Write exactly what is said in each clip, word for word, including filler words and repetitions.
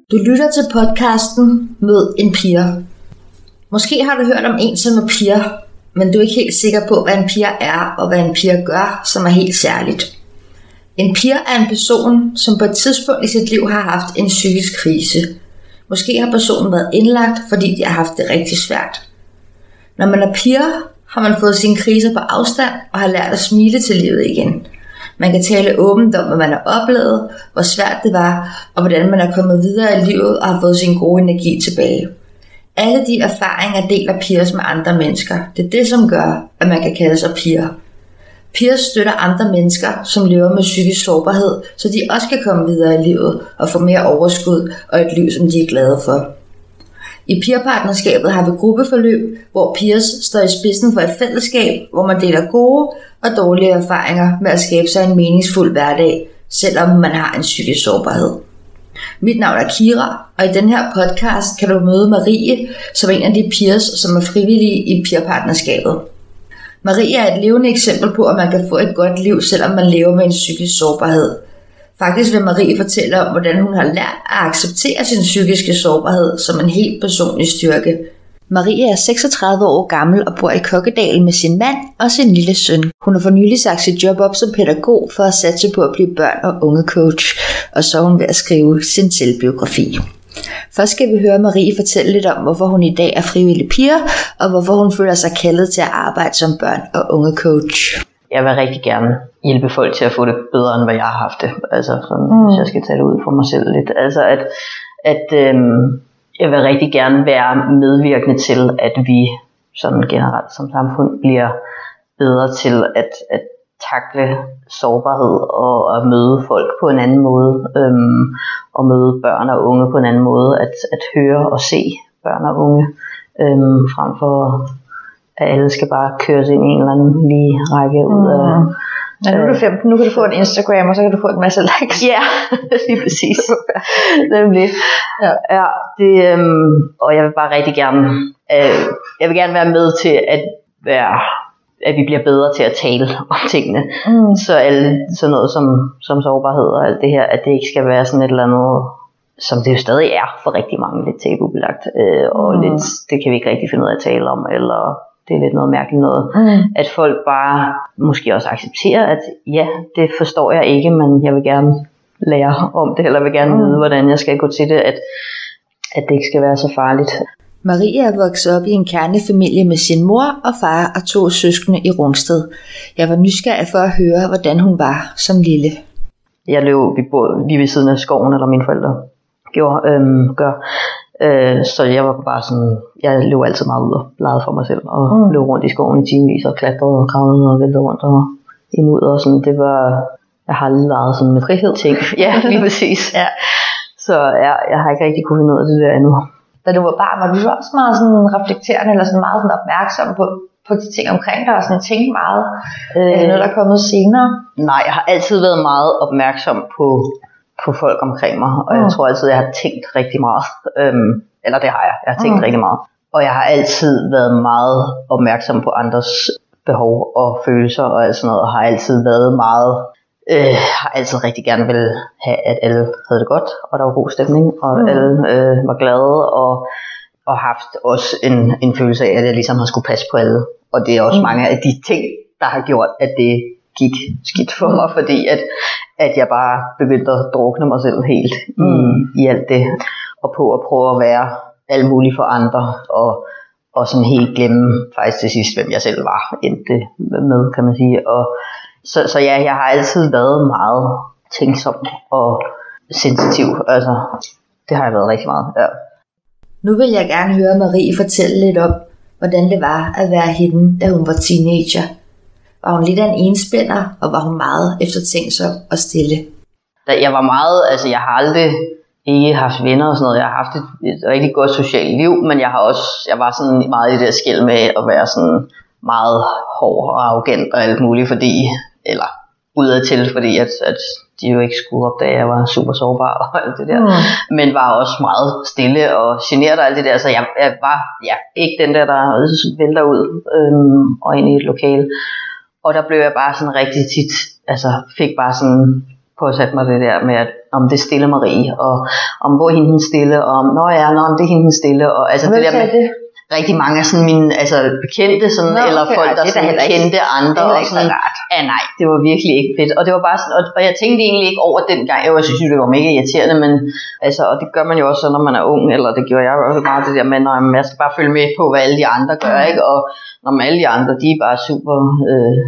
Du lytter til podcasten Mød en peer. Måske har du hørt om en som er peer, men du er ikke helt sikker på, hvad en peer er og hvad en peer gør, som er helt særligt. En peer er en person, som på et tidspunkt i sit liv har haft en psykisk krise. Måske har personen været indlagt, fordi de har haft det rigtig svært. Når man er peer, har man fået sine kriser på afstand og har lært at smile til livet igen. Man kan tale åbent om, hvad man har oplevet, hvor svært det var, og hvordan man er kommet videre i livet og har fået sin gode energi tilbage. Alle de erfaringer deler peers med andre mennesker. Det er det, som gør, at man kan kalde sig peer. Peers støtter andre mennesker, som lever med psykisk sårbarhed, så de også kan komme videre i livet og få mere overskud og et liv, som de er glade for. I peerpartnerskabet har vi gruppeforløb, hvor peers står i spidsen for et fællesskab, hvor man deler gode og dårlige erfaringer med at skabe sig en meningsfuld hverdag, selvom man har en psykisk sårbarhed. Mit navn er Kira, og i den her podcast kan du møde Marie, som er en af de peers, som er frivillige i peerpartnerskabet. Marie er et levende eksempel på, at man kan få et godt liv, selvom man lever med en psykisk sårbarhed. Faktisk vil Marie fortælle om, hvordan hun har lært at acceptere sin psykiske sårbarhed som en helt personlig styrke. Marie er seksogtredive år gammel og bor i Kokkedal med sin mand og sin lille søn. Hun har for nylig sagt sit job op som pædagog for at satse på at blive børn- og ungecoach, og så er hun ved at skrive sin selvbiografi. Først skal vi høre Marie fortælle lidt om, hvorfor hun i dag er frivillig peer, og hvorfor hun føler sig kaldet til at arbejde som børn- og ungecoach. Jeg vil rigtig gerne hjælpe folk til at få det bedre, end hvad jeg har haft det. Altså, sådan, mm. hvis jeg skal tage det ud for mig selv lidt. Altså, at, at øhm, jeg vil rigtig gerne være medvirkende til, at vi sådan generelt som samfund bliver bedre til at, at takle sårbarhed og at møde folk på en anden måde. Øhm, og møde børn og unge på en anden måde. At, at høre og se børn og unge øhm, frem for at alle skal bare køres ind i en eller anden lige række ud af... Mm. Ja, nu er du femten, nu kan du få en Instagram, og så kan du få en masse likes. Ja, lige præcis. Nemlig. Ja, ja det, øhm, og jeg vil bare rigtig gerne... Øh, jeg vil gerne være med til at være... at vi bliver bedre til at tale om tingene. Mm. Så alle, sådan noget som, som sårbarhed og alt det her, at det ikke skal være sådan et eller andet... som det jo stadig er for rigtig mange, lidt tabubelagt. Øh, og mm. lidt, det kan vi ikke rigtig finde ud af at tale om, eller... det er lidt noget mærkeligt noget, mm. at folk bare måske også accepterer, at ja, det forstår jeg ikke, men jeg vil gerne lære om det, eller vil gerne mm. vide, hvordan jeg skal gå til det, at, at det ikke skal være så farligt. Marie er vokset op i en kernefamilie med sin mor og far og to søskende i Rungsted. Jeg var nysgerrig for at høre, hvordan hun var som lille. Jeg løb, vi boede lige ved siden af skoven, eller mine forældre gjorde, øhm, gør. Øh, så jeg var bare sådan, jeg løb altid meget ud og legede for mig selv, og mm. løb rundt i skoven i timevis, og klatrede og kravlede og væltede rundt og imod, og sådan, det var, jeg har aldrig leget sådan med frihed ting. Ja, lige præcis. Ja. Så ja, jeg har ikke rigtig kunne finde ud af det der endnu. Da du var barn, var du også meget sådan reflekterende, eller sådan meget sådan opmærksom på, på de ting omkring dig, og sådan tænke meget? Øh, er det noget, der er kommet senere? Nej, jeg har altid været meget opmærksom på på folk omkring mig, og mm. jeg tror altid, jeg har tænkt rigtig meget. Øhm, eller det har jeg. Jeg har tænkt mm. rigtig meget. Og jeg har altid været meget opmærksom på andres behov og følelser og alt sådan noget, og har altid været meget, øh, har altid rigtig gerne vil have, at alle havde det godt, og der var god stemning, og mm. alle øh, var glade, og, og haft også en, en følelse af, at jeg ligesom har skulle passe på alle. Og det er også mm. mange af de ting, der har gjort, at det gik skidt for mig, fordi at, at jeg bare begyndte at drukne mig selv helt mm. i, i alt det, og på at prøve at være alt muligt for andre, og, og sådan helt glemme faktisk til sidst, hvem jeg selv var, endte med, kan man sige. Og, så, så ja, jeg har altid været meget tænksom og sensitiv, altså det har jeg været rigtig meget, ja. Nu vil jeg gerne høre Marie fortælle lidt om, hvordan det var at være hende, da hun var teenager. Var hun lidt af en enspænder, og var hun meget eftertænksom og stille? Jeg var meget, altså jeg har aldrig ikke haft venner og sådan noget. Jeg har haft et, et rigtig godt socialt liv, men jeg har også, jeg var sådan meget i det der skel med at være sådan meget hård og arrogant og alt muligt, fordi, eller udadtil, fordi at, at de jo ikke skulle opdage, at jeg var super sårbar og alt det der, mm. men var også meget stille og generet og alt det der, så jeg, jeg var ja, ikke den der, der vælter ud øhm, og ind i et lokale. Og der blev jeg bare sådan rigtig tit, altså fik bare sådan påsat mig det der med, at om det er stille Marie, og om hvor er hende den stille, og om, nå ja, nå, om det er hende den stille, og altså det der med det? Rigtig mange af sådan mine altså bekendte sådan, nå, okay, eller folk der sådan kendte andre og sådan, ja nej, det var virkelig ikke fedt, og det var bare sådan, og, og jeg tænkte egentlig ikke over den gang, jeg synes det var mega irriterende, men altså, og det gør man jo også så, når man er ung, eller det gjorde jeg også meget det der med, når jeg skal bare følge med på, hvad alle de andre gør, ikke, og når alle de andre, de er bare super øh,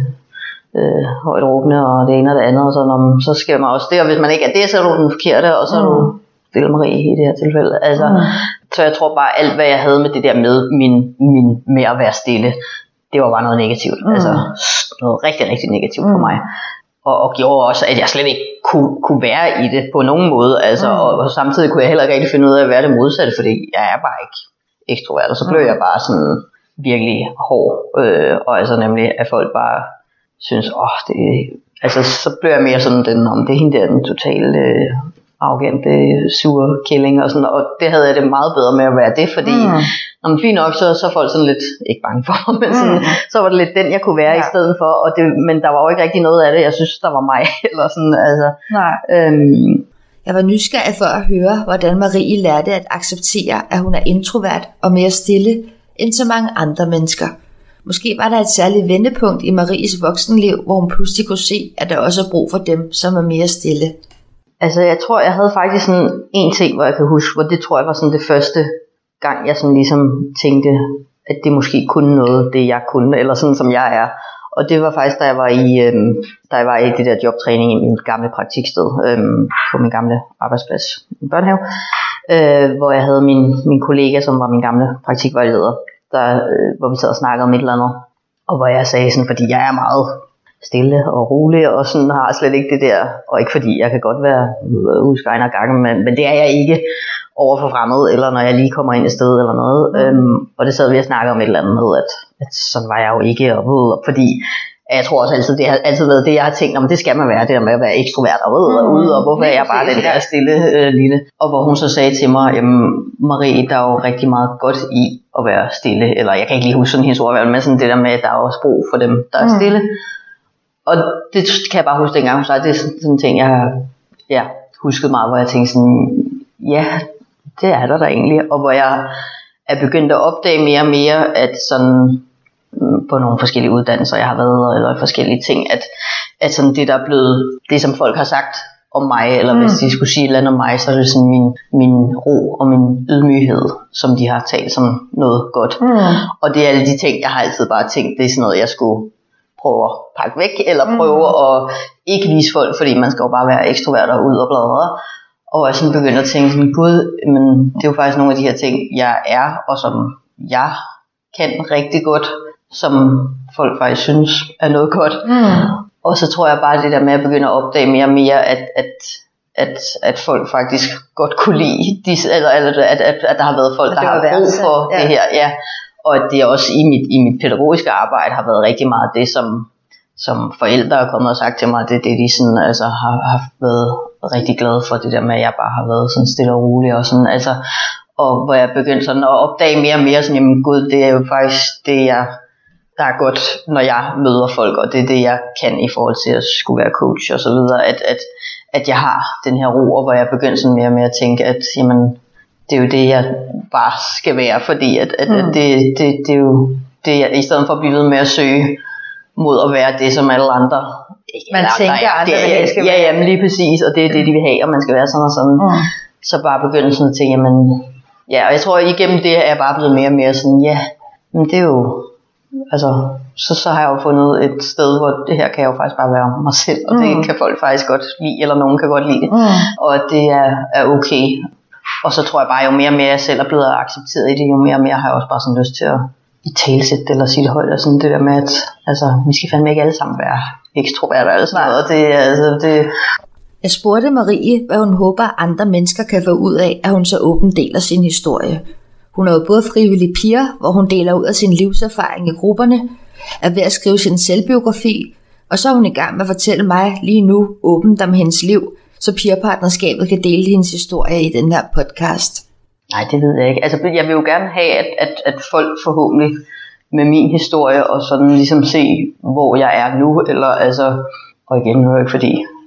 øh, højt råbende, og det ene og det andet, og så, når, så skal man også det, og hvis man ikke er det, så er du den forkerte, og så er du Stille Marie i det her tilfælde. Altså, mm. Så jeg tror bare, alt hvad jeg havde med det der med min, min med at være stille, det var bare noget negativt. Mm. Altså noget rigtig, rigtig negativt mm. for mig. Og, og gjorde også, at jeg slet ikke kunne, kunne være i det på nogen måde. Altså, mm. og, og samtidig kunne jeg heller ikke rigtig finde ud af at være det modsatte, fordi jeg er bare ikke ekstrovert. Og så blev mm. jeg bare sådan virkelig hård. Øh, og altså nemlig, at folk bare synes, åh, oh, det altså så blev jeg mere sådan den, om det er hende der, den totale øh, arrogante, sure killing og sådan, og det havde jeg det meget bedre med at være det, fordi mm. når man fint nok, så, så er folk sådan lidt, ikke bange for, men sådan, mm. så var det lidt den, jeg kunne være ja. i stedet for, og det, men der var jo ikke rigtig noget af det, jeg synes, der var mig, eller sådan, altså. Nej. Øhm, Jeg var nysgerrig for at høre, hvordan Marie lærte at acceptere, at hun er introvert og mere stille end så mange andre mennesker. Måske var der et særligt vendepunkt i Maries voksenliv, hvor hun pludselig kunne se, at der også er brug for dem, som er mere stille. Altså jeg tror, jeg havde faktisk sådan en ting, hvor jeg kan huske, hvor det tror jeg var sådan det første gang, jeg sådan ligesom tænkte, at det måske kunne noget, det jeg kunne, eller sådan som jeg er. Og det var faktisk, da jeg var i, øhm, da jeg var i det der jobtræning i min gamle praktiksted, øhm, på min gamle arbejdsplads i en børnehave, øh, hvor jeg havde min, min kollega, som var min gamle praktikvejleder, der, øh, hvor vi sad og snakkede om et eller andet, og hvor jeg sagde sådan, fordi jeg er meget stille og rolig, og sådan har slet ikke det der, og ikke fordi jeg kan godt være udskegn og gange, men, men det er jeg ikke over for fremmed, eller når jeg lige kommer ind et sted eller noget, mm. øhm, og det sad vi og snakkede om et eller andet med, at, at sådan var jeg jo ikke, og, og fordi jeg tror også altid, det har altid været det, jeg har tænkt, om det skal man være, det der med at være ekstrovert og ud og ud, og hvorfor er jeg bare den der stille øh, lille, og hvor hun så sagde til mig, jamen Marie, der er jo rigtig meget godt i at være stille, eller jeg kan ikke lige huske sådan hendes ordvalg, men sådan det der med, at der er også brug for dem, der er stille. Mm. Og det kan jeg bare huske dengang hun sagde, det er sådan en ting, jeg har ja, husket meget, hvor jeg tænkte sådan, ja, det er der da egentlig, og hvor jeg er begyndt at opdage mere og mere, at sådan på nogle forskellige uddannelser, jeg har været, eller forskellige ting, at, at sådan det, der er blevet, det som folk har sagt om mig, eller mm. hvis de skulle sige et eller andet om mig, så er det sådan min, min ro og min ydmyghed, som de har talt som noget godt. Mm. Og det er alle de ting, jeg har altid bare tænkt, det er sådan noget, jeg skulle prøve at pakke væk, eller prøve mm. at ikke vise folk, fordi man skal jo bare være ekstrovert og ud og bladre. Og jeg sådan begyndte at tænke sådan, gud, men det er jo faktisk nogle af de her ting, jeg er, og som jeg kan rigtig godt, som folk faktisk synes er noget godt. Mm. Og så tror jeg bare det der med at begynde at opdage mere og mere, at, at, at, at folk faktisk godt kunne lide, disse, eller, eller at, at, at der har været folk, der har brug for ja. det her. Ja. Og at det også i mit, i mit pædagogiske arbejde har været rigtig meget det, som, som forældre er kommet og sagt til mig, det er det, de sådan, altså, har, har været rigtig glade for, det der med, at jeg bare har været sådan stille og rolig og sådan, altså, og hvor jeg begyndte sådan at opdage mere og mere, sådan, jamen gud, det er jo faktisk det, jeg, der er godt, når jeg møder folk, og det er det, jeg kan i forhold til at skulle være coach og så videre, at, at, at jeg har den her ro, og hvor jeg begyndte sådan mere og mere at tænke, at jamen, det er jo det, jeg bare skal være, fordi at, at, mm. at det, det, det er jo det, jeg, i stedet for at blive ved med at søge mod at være det, som alle andre ikke man tænker, andre, andre det, det, skal ja, være. Jamen lige præcis, og det er det, de vil have, og man skal være sådan og sådan. Mm. Så bare begynde sådan at tænke, jamen, ja, og jeg tror, at igennem det er jeg bare blevet mere og mere sådan, ja, men det er jo, altså, så, så har jeg jo fundet et sted, hvor det her kan jeg jo faktisk bare være mig selv, og mm. det kan folk faktisk godt lide, eller nogen kan godt lide det, mm. og at det er, er okay. Og så tror jeg bare, jo mere og mere jeg selv er blevet accepteret i det, jo mere og mere har jeg også bare sådan lyst til at i talesætte det, eller sige det højt, og sådan det der med, at altså, vi skal fandme ikke alle sammen være ekstroverter eller sådan noget, og det, altså, det... Jeg spurgte Marie, hvad hun håber, andre mennesker kan få ud af, at hun så åbent deler sin historie. Hun er jo både frivillig piger, hvor hun deler ud af sin livserfaring i grupperne, er ved at skrive sin selvbiografi, og så er hun i gang med at fortælle mig lige nu åbent om hendes liv, så pigerpartnerskabet kan dele hendes historie i den her podcast. Nej, det ved jeg ikke. Altså, jeg vil jo gerne have, at, at, at folk forhåbentlig med min historie og sådan ligesom se, hvor jeg er nu, eller altså, og igen, nu er det ikke fordi,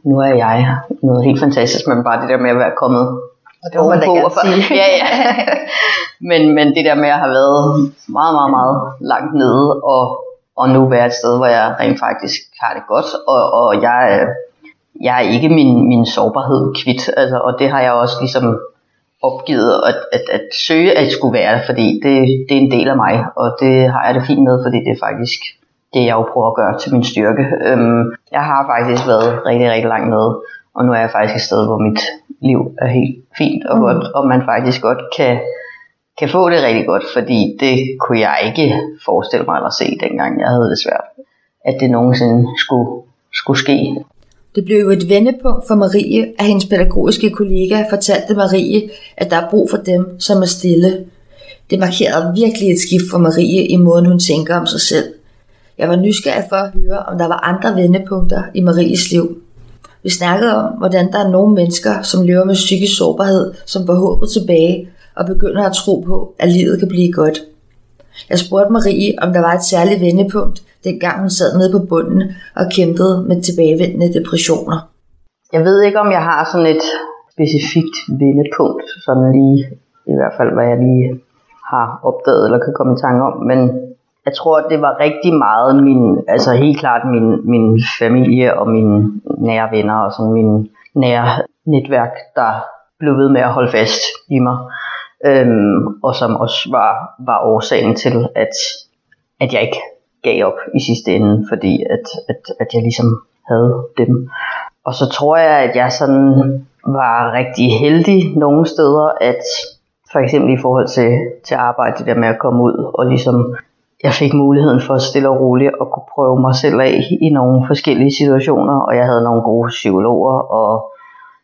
nu er jeg noget helt fantastisk, men bare det der med at være kommet og det var man da gerne sige. Ja, ja. men, men det der med at have været meget, meget, meget langt nede, og, og nu være et sted, hvor jeg rent faktisk har det godt, og, og jeg, jeg er ikke min, min sårbarhed kvit, altså, og det har jeg også ligesom opgivet at, at, at søge at skulle være, fordi det, det er en del af mig, og det har jeg det fint med, fordi det er faktisk det, jeg jo prøver at gøre til min styrke. Øhm, jeg har faktisk været rigtig, rigtig langt nede, og nu er jeg faktisk et sted, hvor mit liv er helt fint og mm. godt, og man faktisk godt kan, kan få det rigtig godt, fordi det kunne jeg ikke forestille mig at se, dengang jeg havde det svært, at det nogensinde skulle, skulle ske. Det blev jo et vendepunkt for Marie, at hendes pædagogiske kollega fortalte Marie, at der er brug for dem, som er stille. Det markerede virkelig et skift for Marie i måden, hun tænker om sig selv. Jeg var nysgerrig for at høre, om der var andre vendepunkter i Maries liv. Vi snakkede om, hvordan der er nogle mennesker, som lever med psykisk sårbarhed, som får håbet tilbage og begynder at tro på, at livet kan blive godt. Jeg spurgte Marie, om der var et særligt vendepunkt, dengang hun sad nede på bunden og kæmpede med tilbagevendende depressioner. Jeg ved ikke, om jeg har sådan et specifikt vendepunkt, sådan lige, i hvert fald hvad jeg lige har opdaget eller kan komme i tanke om, men jeg tror, at det var rigtig meget min, altså helt klart min, min familie og mine nære venner og sådan min nære netværk, der blev ved med at holde fast i mig. Øhm, og som også var, var årsagen til, at, at jeg ikke gav op i sidste ende, fordi at, at, at jeg ligesom havde dem. Og så tror jeg, at jeg sådan var rigtig heldig nogle steder, at for eksempel i forhold til, til arbejde, det der med at komme ud og ligesom jeg fik muligheden for stille og roligt at kunne prøve mig selv af i nogle forskellige situationer, og jeg havde nogle gode psykologer, og,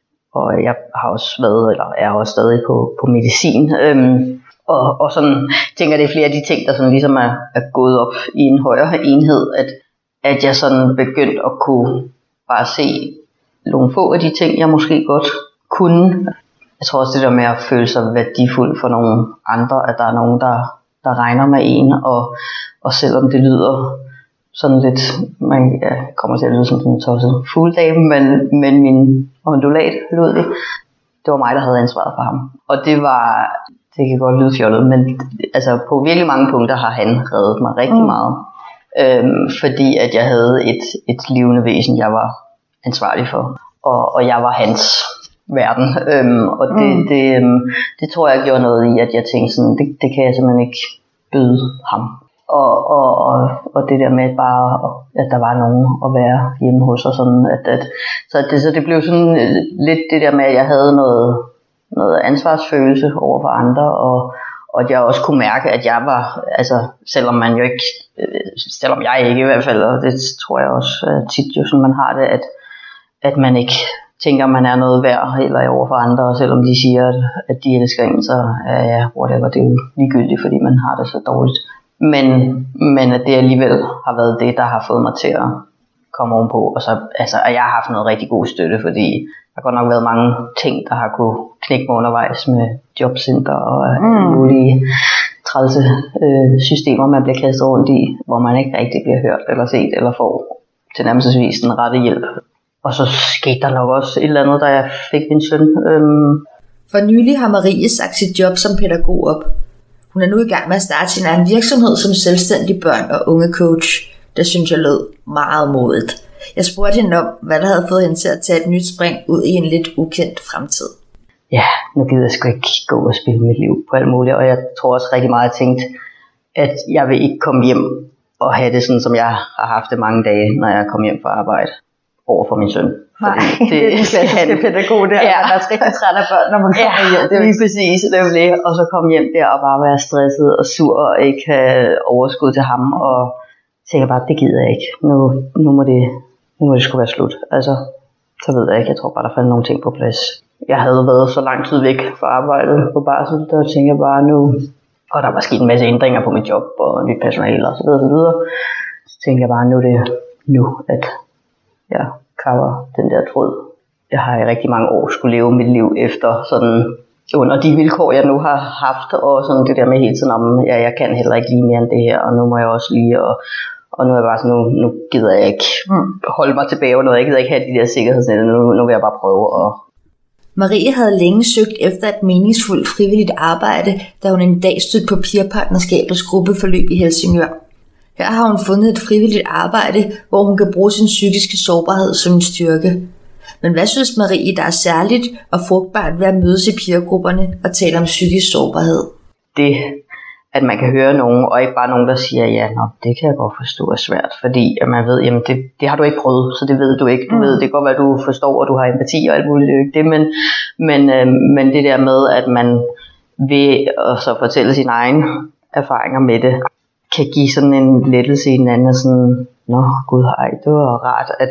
og jeg har også været, eller er også stadig på, på medicin. Øhm, og, og sådan tænker det er flere af de ting, der sådan ligesom er, er gået op i en højere enhed, at, at jeg sådan begyndte at kunne bare se nogle få af de ting, jeg måske godt kunne. Jeg tror også det der med at føle sig værdifuld for nogle andre, at der er nogen, der der regner med en, og, og selvom det lyder sådan lidt, man ja, kommer til at lyde som en tosset fugledame, men, men min ondulat, Ludvig, det var mig, der havde ansvaret for ham. Og det var, det kan godt lyde fjollet, men altså på virkelig mange punkter har han reddet mig rigtig mm. meget. Øhm, fordi at jeg havde et, et levende væsen, jeg var ansvarlig for, og, og jeg var hans verden, øhm, og det, mm. det, øhm, det tror jeg gjorde noget i, at jeg tænkte sådan, det, det kan jeg simpelthen ikke byde ham. Og, og, og, og det der med bare, at der var nogen at være hjemme hos og sådan, at, at, så, det, så det blev sådan lidt det der med, at jeg havde noget, noget ansvarsfølelse over for andre, og, og at jeg også kunne mærke, at jeg var, altså selvom man jo ikke, selvom jeg ikke i hvert fald, og det tror jeg også tit jo sådan man har det, at, at man ikke tænker, man er noget værd eller over for andre, og selvom de siger, at de elsker en, så er ja, whatever, det er jo ligegyldigt, fordi man har det så dårligt. Men, men at det alligevel har været det, der har fået mig til at komme ovenpå. Og så, altså, og jeg har haft noget rigtig god støtte, fordi der har godt nok været mange ting, der har kunne knække mig undervejs med jobcenter og mm. mulige trælse øh, systemer, man bliver kastet rundt i, hvor man ikke rigtig bliver hørt eller set eller får tilnærmelsesvis den rette hjælp. Og så skete der nok også et eller andet, da jeg fik min søn. Øhm. For nylig har Marie sagt sit job som pædagog op. Hun er nu i gang med at starte sin egen virksomhed som selvstændig børn- og unge coach. Det synes jeg lød meget modigt. Jeg spurgte hende om, hvad der havde fået hende til at tage et nyt spring ud i en lidt ukendt fremtid. Ja, nu gider jeg sgu ikke gå og spille mit liv på alt muligt. Og jeg tror også rigtig meget, at jeg tænkte, at jeg vil ikke komme hjem og have det sådan, som jeg har haft det mange dage, når jeg kom hjem fra arbejde over for min søn. Nej, det, det er den klassiske pædagog der, ja. Man er rigtig træt af børn, når man kommer ja, hjem. Det er lige præcis, det er det. Og så komme hjem der og bare være stresset og sur og ikke have overskud til ham, og tænker bare, det gider jeg ikke. Nu, nu, må det, nu må det sgu være slut. Altså, så ved jeg ikke, jeg tror bare, der faldt nogle ting på plads. Jeg havde været så lang tid væk fra arbejdet på barsel, der tænker jeg bare nu, og der var sket en masse ændringer på mit job og nyt personale og så videre, så videre. Så tænker jeg bare, nu er det nu, at jeg cover den der tråd. Jeg har i rigtig mange år skulle leve mit liv efter sådan under de vilkår, jeg nu har haft, og sådan det der med hele tiden om, ja, jeg kan heller ikke lige mere end det her, og nu må jeg også lige, og, Og nu er jeg bare sådan, nu, nu gider jeg ikke mm. holde mig tilbage og noget. Jeg gider ikke have de der sikkerhedsnetter. Nu, nu vil jeg bare prøve at... Marie havde længe søgt efter et meningsfuldt frivilligt arbejde, da hun en dag stødte på Pigerpartnerskabets gruppeforløb i Helsingør. Her har hun fundet et frivilligt arbejde, hvor hun kan bruge sin psykiske sårbarhed som en styrke. Men hvad synes Marie, der er særligt og frugtbart ved at mødes i pigergrupperne og tale om psykisk sårbarhed? Det, at man kan høre nogen, og ikke bare nogen, der siger, ja, nå, det kan jeg godt forstå er svært, fordi at man ved, jamen det, det har du ikke prøvet, så det ved du ikke. Du mm. ved, det kan godt være, at du forstår, og du har empati og alt muligt, det er jo ikke det, men, men, øh, men det der med, at man ved at så fortælle sine egne erfaringer med det, kan give sådan en lettelse i den anden, sådan, nå gud, ej, det var rart, at,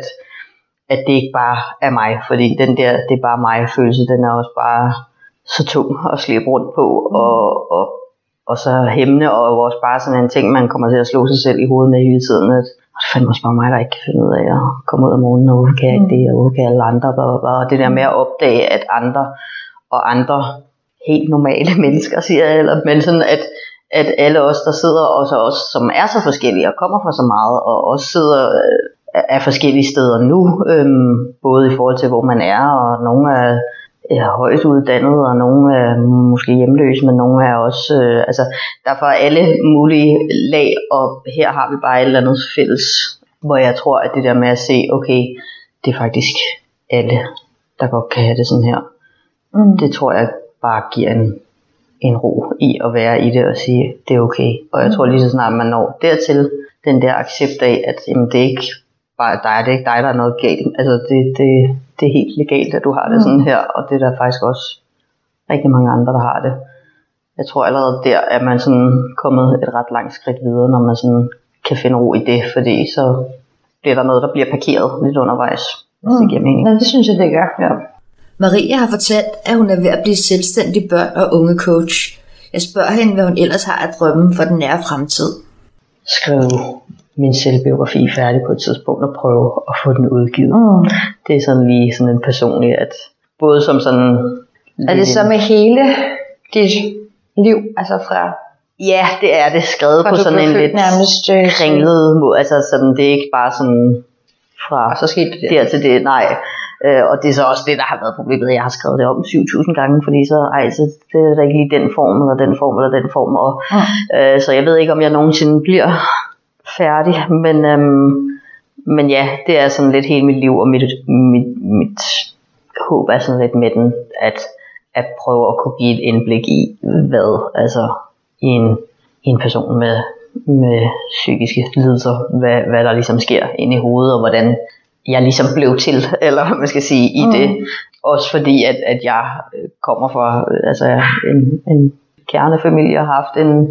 at det ikke bare er mig, fordi den der, det er bare mig følelse, den er også bare så tung at slippe rundt på, og, og, og så hæmmende, og også bare sådan en ting, man kommer til at slå sig selv i hovedet med hele tiden, at det fandme også bare mig, der ikke kan finde ud af at komme ud af morgenen, og hvorfor kan jeg ikke det, og hvorfor kan alle andre, og det der med at opdage, at andre og andre helt normale mennesker, siger jeg, eller, men sådan at at alle os, der sidder, og så os, som er så forskellige og kommer fra så meget, og også sidder øh, af forskellige steder nu, øhm, både i forhold til, hvor man er, og nogle er, er højt uddannet, og nogle er måske hjemløse, men nogle er også, øh, altså, derfor er alle mulige lag, og her har vi bare et eller andet fælles, hvor jeg tror, at det der med at se, okay, det er faktisk alle, der godt kan have det sådan her. Mm. Det tror jeg bare giver en en ro i at være i det og sige, det er okay. Og jeg tror lige så snart man når dertil, den der accept af, at jamen, det er ikke bare dig, det er ikke dig, der er noget galt. Altså det, det, det er helt legalt, at du har det sådan her, og det er der faktisk også rigtig mange andre, der har det. Jeg tror allerede der, at man sådan kommet et ret langt skridt videre, når man sådan kan finde ro i det, fordi så bliver der noget, der bliver parkeret lidt undervejs, hvis mm. det giver mening. Ja, det synes jeg, det gør, ja. Marie har fortalt, at hun er ved at blive selvstændig børn- og unge coach. Jeg spørger hende, hvad hun ellers har at drømme for den nære fremtid. Skrive min selvbiografi færdig på et tidspunkt og prøve at få den udgivet. Mm. Det er sådan lige sådan en personlig, at både som sådan... Er det så med hele dit liv, altså fra... Ja, det er det skrevet på sådan en lidt nærmest kringlet måde. Altså sådan, det er ikke bare sådan fra og så skete det der til det, nej. Uh, og det er så også det, der har været problemet. Jeg har skrevet det om syv tusind gange, fordi så, ej, så det er der ikke lige den form, eller den form, eller den form. Og, mm. uh, så jeg ved ikke, om jeg nogensinde bliver færdig. Men, um, men ja, det er sådan lidt hele mit liv, og mit, mit, mit håb er sådan lidt med den, at, at prøve at kunne give et indblik i, hvad, altså i en, i en person med, med psykiske lidelser, hvad, hvad der ligesom sker inde i hovedet, og hvordan jeg ligesom blev til, eller hvad man skal sige, i mm. det. Også fordi, at, at jeg kommer fra altså en, en kernefamilie og har haft en,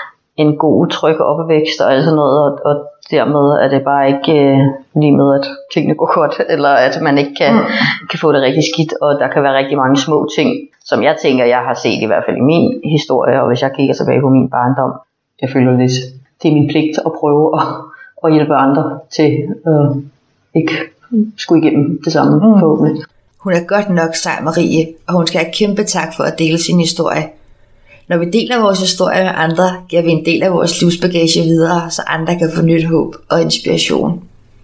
en god, tryg opvækst og alt sådan noget, og, og dermed er det bare ikke øh, lige med, at tingene går godt, eller at man ikke kan, mm. kan få det rigtig skidt, og der kan være rigtig mange små ting, som jeg tænker, jeg har set i hvert fald i min historie, og hvis jeg kigger tilbage på min barndom, jeg føler lidt, det er min pligt at prøve at, at hjælpe andre til øh, ikke skulle igennem det samme mm. forhåbentlig. Hun er godt nok sej, Marie, og hun skal have kæmpe tak for at dele sin historie. Når vi deler vores historie med andre, giver vi en del af vores livsbagage videre, så andre kan få nyt håb og inspiration.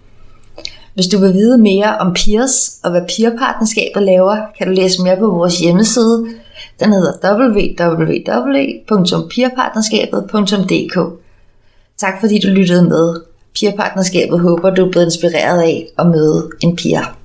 Hvis du vil vide mere om Peers og hvad Pigerpartnerskabet laver, kan du læse mere på vores hjemmeside. Den hedder w w w punktum pigerpartnerskabet punktum d k. Tak fordi du lyttede med. Pigerpartnerskabet håber, du er blevet inspireret af at møde en piger.